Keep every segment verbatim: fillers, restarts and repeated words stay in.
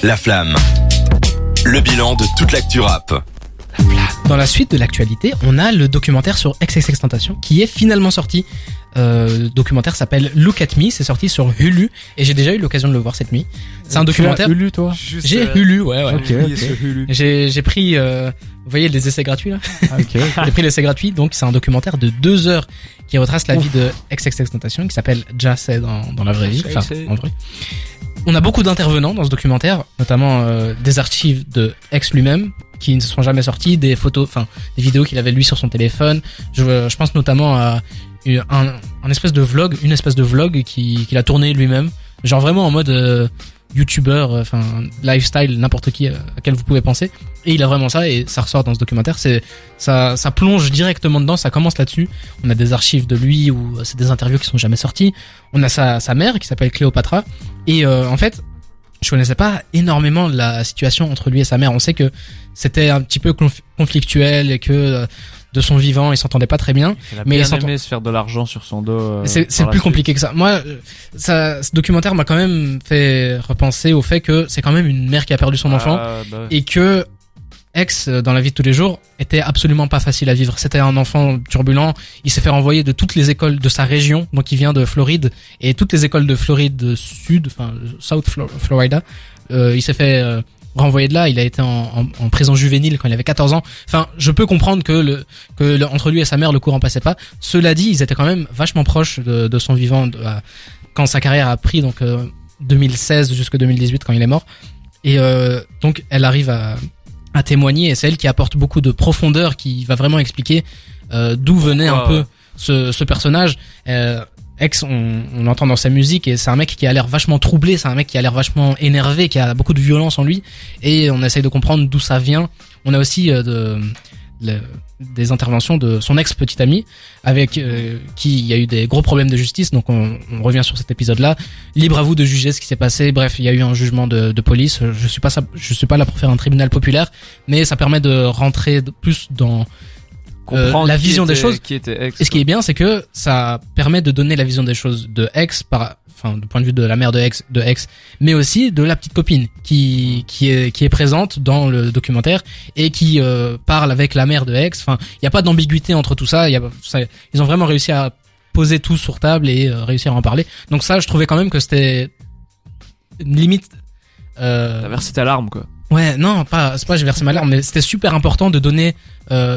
La Flamme. Le bilan de toute l'actu rap. Dans la suite de l'actualité, on a le documentaire sur XXXTentacion qui est finalement sorti. Euh, le documentaire s'appelle Look at Me, c'est sorti sur Hulu et j'ai déjà eu l'occasion de le voir cette nuit. C'est un tu documentaire. As Hulu, toi? Juste J'ai euh... Hulu, ouais, ouais. Okay, okay. J'ai j'ai pris, euh, vous voyez les essais gratuits là. Ah, okay. J'ai pris l'essai gratuit, donc c'est un documentaire de deux heures qui retrace la Ouf. vie de XXXTentacion, qui s'appelle Jay dans dans la vraie vie, enfin en vrai. On a beaucoup d'intervenants dans ce documentaire, notamment euh, des archives de X lui-même qui ne sont jamais sorties, des photos, enfin des vidéos qu'il avait lui sur son téléphone. Je, je pense notamment à un, un espèce de vlog, une espèce de vlog qui qu'il a tourné lui-même, genre vraiment en mode euh, youtubeur, enfin euh, lifestyle, n'importe qui euh, à quel vous pouvez penser. Et il a vraiment ça et ça ressort dans ce documentaire. C'est ça, ça plonge directement dedans. Ça commence là-dessus. On a des archives de lui où c'est des interviews qui sont jamais sorties. On a sa sa mère qui s'appelle Cléopatra et euh, en fait. Je connaissais pas énormément la situation entre lui et sa mère. On sait que c'était un petit peu conf- conflictuel et que euh, de son vivant, ils s'entendaient pas très bien. Il a mais bien il aimé se faire de l'argent sur son dos. Euh, c'est c'est plus suite. compliqué que ça. Moi, ça, ce documentaire m'a quand même fait repenser au fait que c'est quand même une mère qui a perdu son ah, enfant bah. et que X, dans la vie de tous les jours, était absolument pas facile à vivre. C'était un enfant turbulent. Il s'est fait renvoyer de toutes les écoles de sa région. Donc, il vient de Floride. Et toutes les écoles de Floride Sud, enfin, South Florida, euh, il s'est fait euh, renvoyer de là. Il a été en, en, en prison juvénile quand il avait quatorze ans. Enfin, je peux comprendre que le, que le, entre lui et sa mère, le courant passait pas. Cela dit, ils étaient quand même vachement proches de, de son vivant de, euh, quand sa carrière a pris, donc, euh, deux mille seize jusqu'à deux mille dix-huit quand il est mort. Et, euh, donc, elle arrive à, à témoigner et c'est elle qui apporte beaucoup de profondeur, qui va vraiment expliquer euh, d'où venait un peu ce, ce personnage. Euh, X, on, on l'entend dans sa musique et c'est un mec qui a l'air vachement troublé, c'est un mec qui a l'air vachement énervé, qui a beaucoup de violence en lui et on essaye de comprendre d'où ça vient. On a aussi euh, de, le, des interventions de son ex petit ami avec euh, qui il y a eu des gros problèmes de justice, donc on, on revient sur cet épisode-là. Libre à vous de juger ce qui s'est passé. Bref, il y a eu un jugement de, de police. Je suis pas ça, je suis pas là pour faire un tribunal populaire, mais ça permet de rentrer plus dans euh, la vision était, des choses. Qui était ex, Et ce qui est bien, c'est que ça permet de donner la vision des choses de X par enfin du point de vue de la mère de X, de X, mais aussi de la petite copine qui qui est qui est présente dans le documentaire et qui euh, parle avec la mère de X. Enfin, il y a pas d'ambiguïté entre tout ça. Il y a ça, ils ont vraiment réussi à poser tout sur table et euh, réussir à en parler. Donc ça, je trouvais quand même que c'était une limite. Euh... T'as versé ta larme, quoi. Ouais, non, pas, c'est pas j'ai versé ma larme, mais c'était super important de donner euh,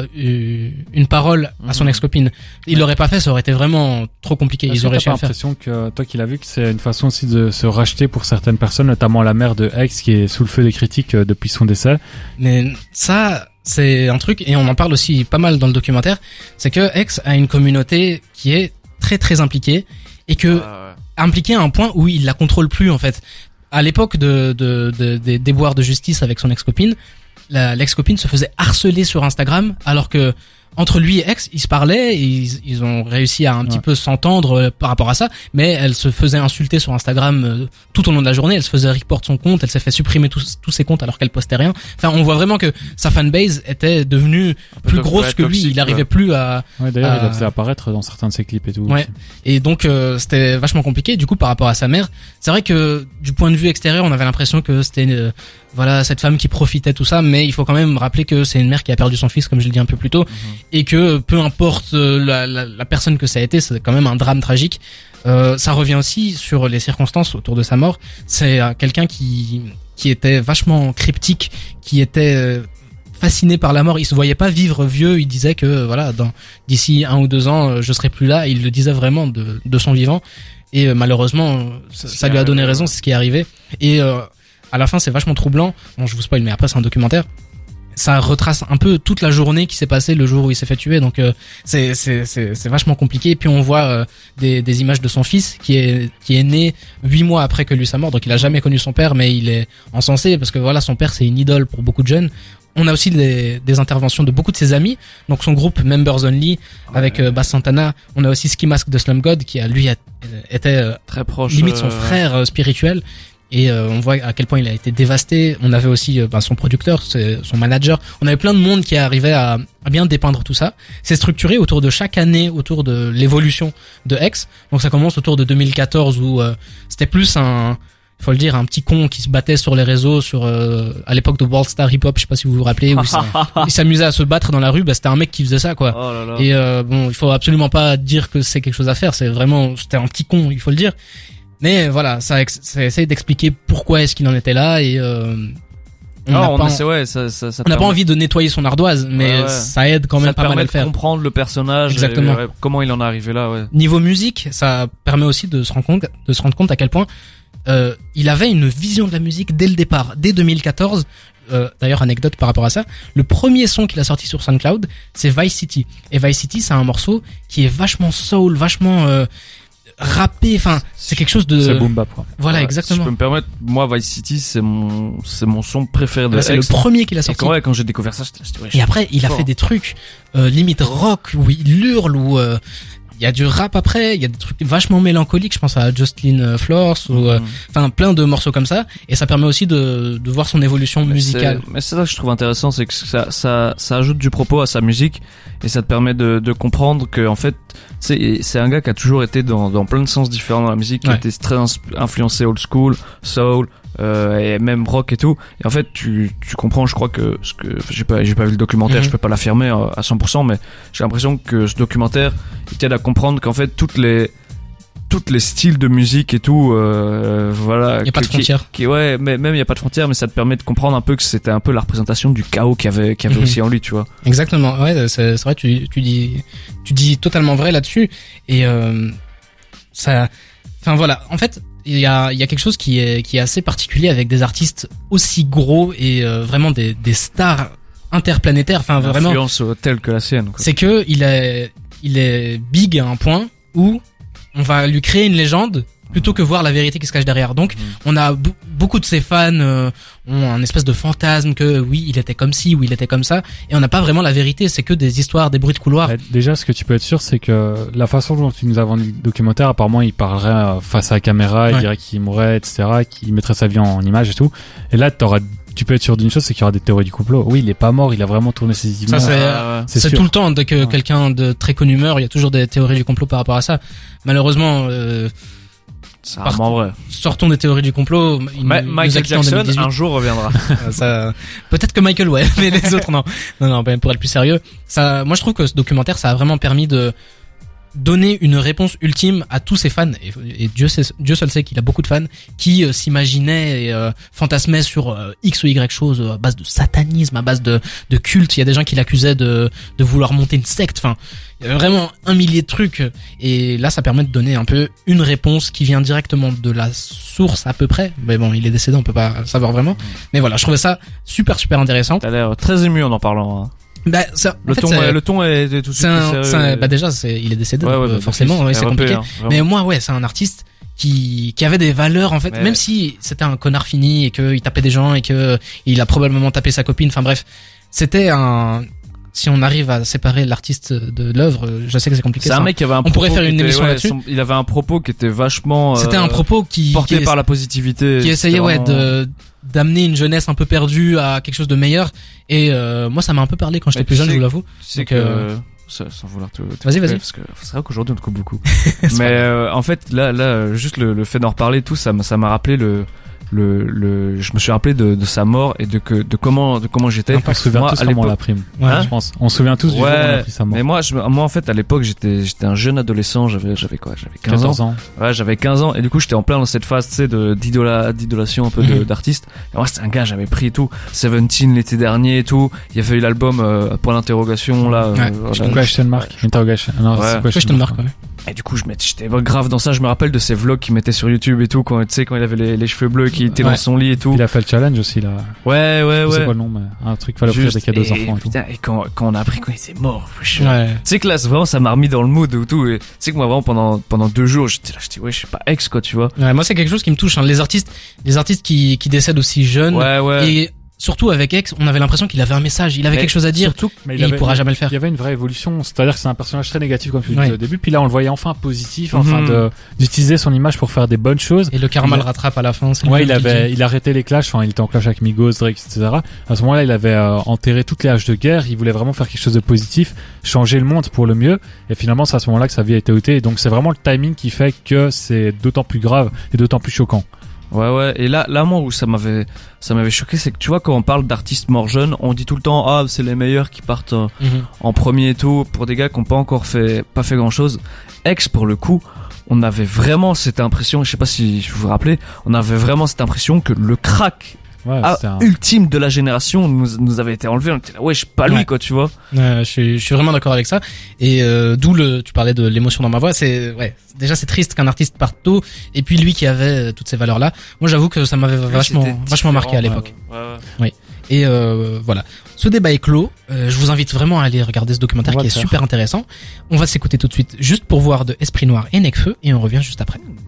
une parole à son ex-copine. Il ouais. l'aurait pas fait, ça aurait été vraiment trop compliqué. Est-ce Ils auraient réussi à faire. J'ai l'impression que toi qui l'as vu, que c'est une façon aussi de se racheter pour certaines personnes, notamment la mère de X qui est sous le feu des critiques depuis son décès. Mais ça, c'est un truc, et on en parle aussi pas mal dans le documentaire, c'est que X a une communauté qui est très très impliquée et que ah ouais. impliquée à un point où il la contrôle plus en fait. À l'époque de, de, de, des déboires de justice avec son ex-copine, la, l'ex-copine se faisait harceler sur Instagram, alors que entre lui et X, ils se parlaient, et ils, ils ont réussi à un petit ouais. peu s'entendre par rapport à ça, mais elle se faisait insulter sur Instagram euh, tout au long de la journée, elle se faisait report son compte, elle s'est fait supprimer tous, tous ses comptes alors qu'elle postait rien. Enfin, on voit vraiment que sa fanbase était devenue plus grosse que lui, il arrivait ouais. plus à... Ouais, d'ailleurs, à... il a fait apparaître dans certains de ses clips et tout. Ouais. Et donc, euh, c'était vachement compliqué. Du coup, par rapport à sa mère, c'est vrai que du point de vue extérieur, on avait l'impression que c'était une, euh, voilà, cette femme qui profitait tout ça, mais il faut quand même rappeler que c'est une mère qui a perdu son fils, comme je l'ai dit un peu plus tôt, mm-hmm. et que peu importe la, la, la personne que ça a été, c'est quand même un drame tragique. Euh, ça revient aussi sur les circonstances autour de sa mort. C'est euh, quelqu'un qui qui était vachement cryptique, qui était euh, fasciné par la mort. Il se voyait pas vivre vieux. Il disait que voilà, dans d'ici un ou deux ans, je serai plus là. Il le disait vraiment de de son vivant. Et euh, malheureusement, ça, ça lui a donné raison. C'est ce qui est arrivé. Et euh, à la fin, c'est vachement troublant. Bon, je vous spoil, mais après, c'est un documentaire. Ça retrace un peu toute la journée qui s'est passée le jour où il s'est fait tuer, donc euh, c'est c'est c'est c'est vachement compliqué. Et puis on voit euh, des des images de son fils qui est qui est né huit mois après que lui sa mort, donc il a jamais connu son père, mais il est encensé parce que voilà, son père c'est une idole pour beaucoup de jeunes. On a aussi des des interventions de beaucoup de ses amis, donc son groupe Members Only avec euh, Bass Santana. On a aussi Ski Mask de Slum God qui a lui a, était euh, très proche, limite son euh... frère euh, spirituel. Et euh, on voit à quel point il a été dévasté. On avait aussi euh, ben, son producteur, son manager. On avait plein de monde qui arrivait à, à bien dépeindre tout ça. C'est structuré autour de chaque année, autour de l'évolution de X. Donc ça commence autour de deux mille quatorze où euh, c'était plus un faut le dire, un petit con qui se battait sur les réseaux, sur euh, à l'époque de World Star Hip Hop, je sais pas si vous vous rappelez, où il s- il s'amusait à se battre dans la rue, bah c'était un mec qui faisait ça, quoi. Oh là là. Et euh, bon, il faut absolument pas dire que c'est quelque chose à faire, c'est vraiment, c'était un petit con, il faut le dire. Mais voilà, ça, ex- ça essaie d'expliquer pourquoi est-ce qu'il en était là et euh, on n'a Non, on pas, a- c'est ouais, ça, ça, ça on n'a pas permet- envie de nettoyer son ardoise, mais Ouais, ouais. ça aide quand ça même te pas mal permet à le de faire. comprendre le personnage. Exactement. Et, ouais, comment il en est arrivé là, ouais. Niveau musique, ça permet aussi de se rendre compte, de se rendre compte à quel point euh, il avait une vision de la musique dès le départ, dès deux mille quatorze. Euh, d'ailleurs, anecdote par rapport à ça, le premier son qu'il a sorti sur SoundCloud, c'est Vice City. Et Vice City, c'est un morceau qui est vachement soul, vachement euh, rappé. Enfin, c'est quelque chose de. C'est boom bap, quoi. Voilà, Ouais, exactement. Si je peux me permettre, moi, Vice City, c'est mon, c'est mon son préféré de Là, c'est le X. premier qu'il a Et sorti. quand, ouais, quand j'ai découvert ça, j'étais, j'étais, ouais, Et après, il a fort. fait des trucs euh, limite rock où il hurle, où euh, il y a du rap après, il y a des trucs vachement mélancoliques. Je pense à Jocelyn euh, Flores ou euh, Mhm. enfin plein de morceaux comme ça. Et ça permet aussi de, de voir son évolution Mais musicale. c'est- Mais c'est ça que je trouve intéressant, c'est que ça, ça, ça ajoute du propos à sa musique et ça te permet de, de comprendre que en fait, c'est, c'est un gars qui a toujours été dans, dans plein de sens différents dans la musique, qui Ouais. était très ins- influencé old school, soul. Euh, et même rock et tout. Et en fait, tu, tu comprends, je crois que ce que j'ai pas, j'ai pas vu le documentaire, Mhm. je peux pas l'affirmer euh, à cent pour cent, mais j'ai l'impression que ce documentaire, il t'aide à comprendre qu'en fait toutes les, toutes les styles de musique et tout, euh, voilà. Il y a pas de qui- frontières. Qui, ouais, mais même il y a pas de frontières, mais ça te permet de comprendre un peu que c'était un peu la représentation du chaos qu'il y avait, qu'il y avait Mhm. aussi en lui, tu vois. Exactement. Ouais, c'est, c'est vrai. Tu, tu dis, tu dis totalement vrai là-dessus. Et euh, ça, enfin voilà. En fait, il y a, il y a quelque chose qui est, qui est assez particulier avec des artistes aussi gros et euh, vraiment des, des stars interplanétaires. Enfin vraiment. Influence euh, telle que la sienne, quoi. C'est que il est, il est big à un point où on va lui créer une légende plutôt que voir la vérité qui se cache derrière. Donc, Mhm. on a b- beaucoup de ses fans euh, ont un espèce de fantasme que oui, il était comme ci ou il était comme ça, et on n'a pas vraiment la vérité. C'est que des histoires, des bruits de couloir. Bah, déjà, ce que tu peux être sûr, c'est que la façon dont tu nous as vendu le documentaire, apparemment, il parlerait euh, face à la caméra, il Ouais. dirait qu'il mourrait, et cetera, qu'il mettrait sa vie en, en image et tout. Et là, t'auras, tu peux être sûr d'une chose, c'est qu'il y aura des théories du complot. Oui, il est pas mort, il a vraiment tourné ses Ça, images. c'est- Ah, ouais. c'est C'est sûr. tout le temps dès que Ouais. quelqu'un de très connu meurt, il y a toujours des théories du complot par rapport à ça. Malheureusement, euh, C'est Par- vraiment vrai. sortons des théories du complot. Il Ma- nous- nous a Michael quittés en Jackson, deux mille dix-huit. un jour reviendra. Euh, ça, peut-être que Michael, ouais, mais les autres, non. Non, non, ben, pour être plus sérieux, ça, moi, je trouve que ce documentaire, ça a vraiment permis de donner une réponse ultime à tous ses fans. Et, et Dieu sait, Dieu seul sait qu'il a beaucoup de fans qui euh, s'imaginaient et euh, fantasmaient sur euh, X ou Y chose euh, à base de satanisme, à base de, de culte. Il y a des gens qui l'accusaient de, de vouloir monter une secte. Enfin, il y avait vraiment un millier de trucs. Et là, ça permet de donner un peu une réponse qui vient directement de la source à peu près. Mais bon, il est décédé, on peut pas le savoir vraiment. Mais voilà, je trouvais ça super super intéressant. T'as l'air très ému en en parlant. Hein. Bah, ça, en Le, fait, ton, c'est- est- le ton est, est tout de c'est suite un, plus c'est sérieux. un- bah déjà, c'est, il est décédé, Ouais, donc, ouais, euh, bah, forcément, d'office. ouais, c'est R E P, compliqué. hein, vraiment. Mais moi, ouais, c'est un artiste qui, qui avait des valeurs, en fait, Mais- même si c'était un connard fini et qu'il tapait des gens et que il a probablement tapé sa copine, enfin bref, c'était un, si on arrive à séparer l'artiste de l'œuvre, je sais que c'est compliqué. C'est un ça. mec qui avait un On pourrait propos faire qui une était- émission ouais, là-dessus. son- Il avait un propos qui était vachement. C'était euh, un propos qui, porté qui, par la positivité. qui essayait, C'était ouais, vraiment- de, d'amener une jeunesse un peu perdue à quelque chose de meilleur. Et, euh, moi, ça m'a un peu parlé quand j'étais Mais plus tu jeune, sais- je vous l'avoue. Tu sais Donc, que. euh, Sans sans vouloir te. te Vas-y, couper, vas-y. Parce que c'est vrai qu'aujourd'hui on te coupe beaucoup. C'est Mais pas grave. euh, en fait, là, là, juste le, le fait d'en reparler, et tout, ça m'a, ça m'a rappelé le, le, le. Je me suis rappelé de, de sa mort et de que, de comment, de comment j'étais. On se souvient Moi, tous à comment on l'époque- l'a pris. Ouais. Je pense. On se souvient tous du jour où on a Ouais, pris sa mort. mais moi, je, moi en fait, à l'époque, j'étais, j'étais un jeune adolescent. J'avais, j'avais quoi J'avais quinze ans. quatorze ans. Ouais, j'avais quinze ans et du coup j'étais en plein dans cette phase, tu sais, de d'idola, d'idolation un peu de, Mhm. d'artiste. Et moi c'était un gars, j'avais pris et tout, Seventeen l'été dernier et tout. Il y avait eu l'album euh, point d'interrogation là. Ouais, euh, je voilà. Question mark. Interrogation. Non, Ouais. c'est Question mark, ouais. Et du coup je m'étais, j'étais grave dans ça. Je me rappelle de ces vlogs qu'il mettait sur YouTube et tout quand tu sais quand il avait les, les cheveux bleus, qu'il était Ouais. dans son lit et tout. Il a fait le challenge aussi, là. Ouais ouais Je sais ouais. pas le nom, mais un truc, fallait offrir Juste, des cadeaux aux et, enfants et tout. putain, et quand, quand on a appris qu'on était mort, je- Ouais. tu sais que là, c'est vraiment, ça m'a remis dans le mood et tout. Et tu sais que moi, vraiment, pendant, pendant deux jours, j'étais là, j'étais, ouais, je suis pas ex, quoi, tu vois. Ouais, moi, c'est quelque chose qui me touche, hein. Les artistes, les artistes qui, qui décèdent aussi jeunes. Ouais, ouais. Et surtout avec X, on avait l'impression qu'il avait un message, il avait Mais quelque chose à dire. Surtout, mais Et il pourra jamais le faire. Il y avait une vraie évolution, c'est-à-dire que c'est un personnage très négatif comme tu le Ouais. disais au début, puis là on le voyait enfin positif, enfin Mhm. de d'utiliser son image pour faire des bonnes choses. Et le karma Il a- le rattrape à la fin. c'est Ouais, lui il qui le avait, dit. il arrêtait les clashs, enfin il était en clash avec Migos, Drake, et cetera. À ce moment-là, il avait euh, enterré toutes les haches de guerre, il voulait vraiment faire quelque chose de positif, changer le monde pour le mieux, et finalement c'est à ce moment-là que sa vie a été ôtée, et donc c'est vraiment le timing qui fait que c'est d'autant plus grave et d'autant plus choquant. Ouais, ouais. Et là, là, moi, où ça m'avait, ça m'avait choqué, c'est que tu vois, quand on parle d'artistes morts jeunes, on dit tout le temps, ah, c'est les meilleurs qui partent euh, Mhm. en premier et tout, pour des gars qui n'ont pas encore fait, pas fait grand chose. Ex, pour le coup, on avait vraiment cette impression, je sais pas si vous vous rappelez, on avait vraiment cette impression que le crack Ouais, ah, c'était un- ultime de la génération nous, nous avait été enlevé. On était là, ouais, je suis pas lui, Ouais. quoi, tu vois. Euh, je, suis, je suis vraiment d'accord avec ça. Et euh, d'où le, tu parlais de l'émotion dans ma voix. C'est ouais, déjà c'est triste qu'un artiste parte tôt. Et puis lui qui avait euh, toutes ces valeurs-là. Moi j'avoue que ça m'avait vachement, C'était vachement marqué à différent, l'époque. ouais, ouais, ouais. Et euh, voilà. Ce débat est clos. Euh, je vous invite vraiment à aller regarder ce documentaire On va qui est le faire. super intéressant. On va s'écouter tout de suite juste pour voir de Esprit Noir et Necfeu et on revient juste après.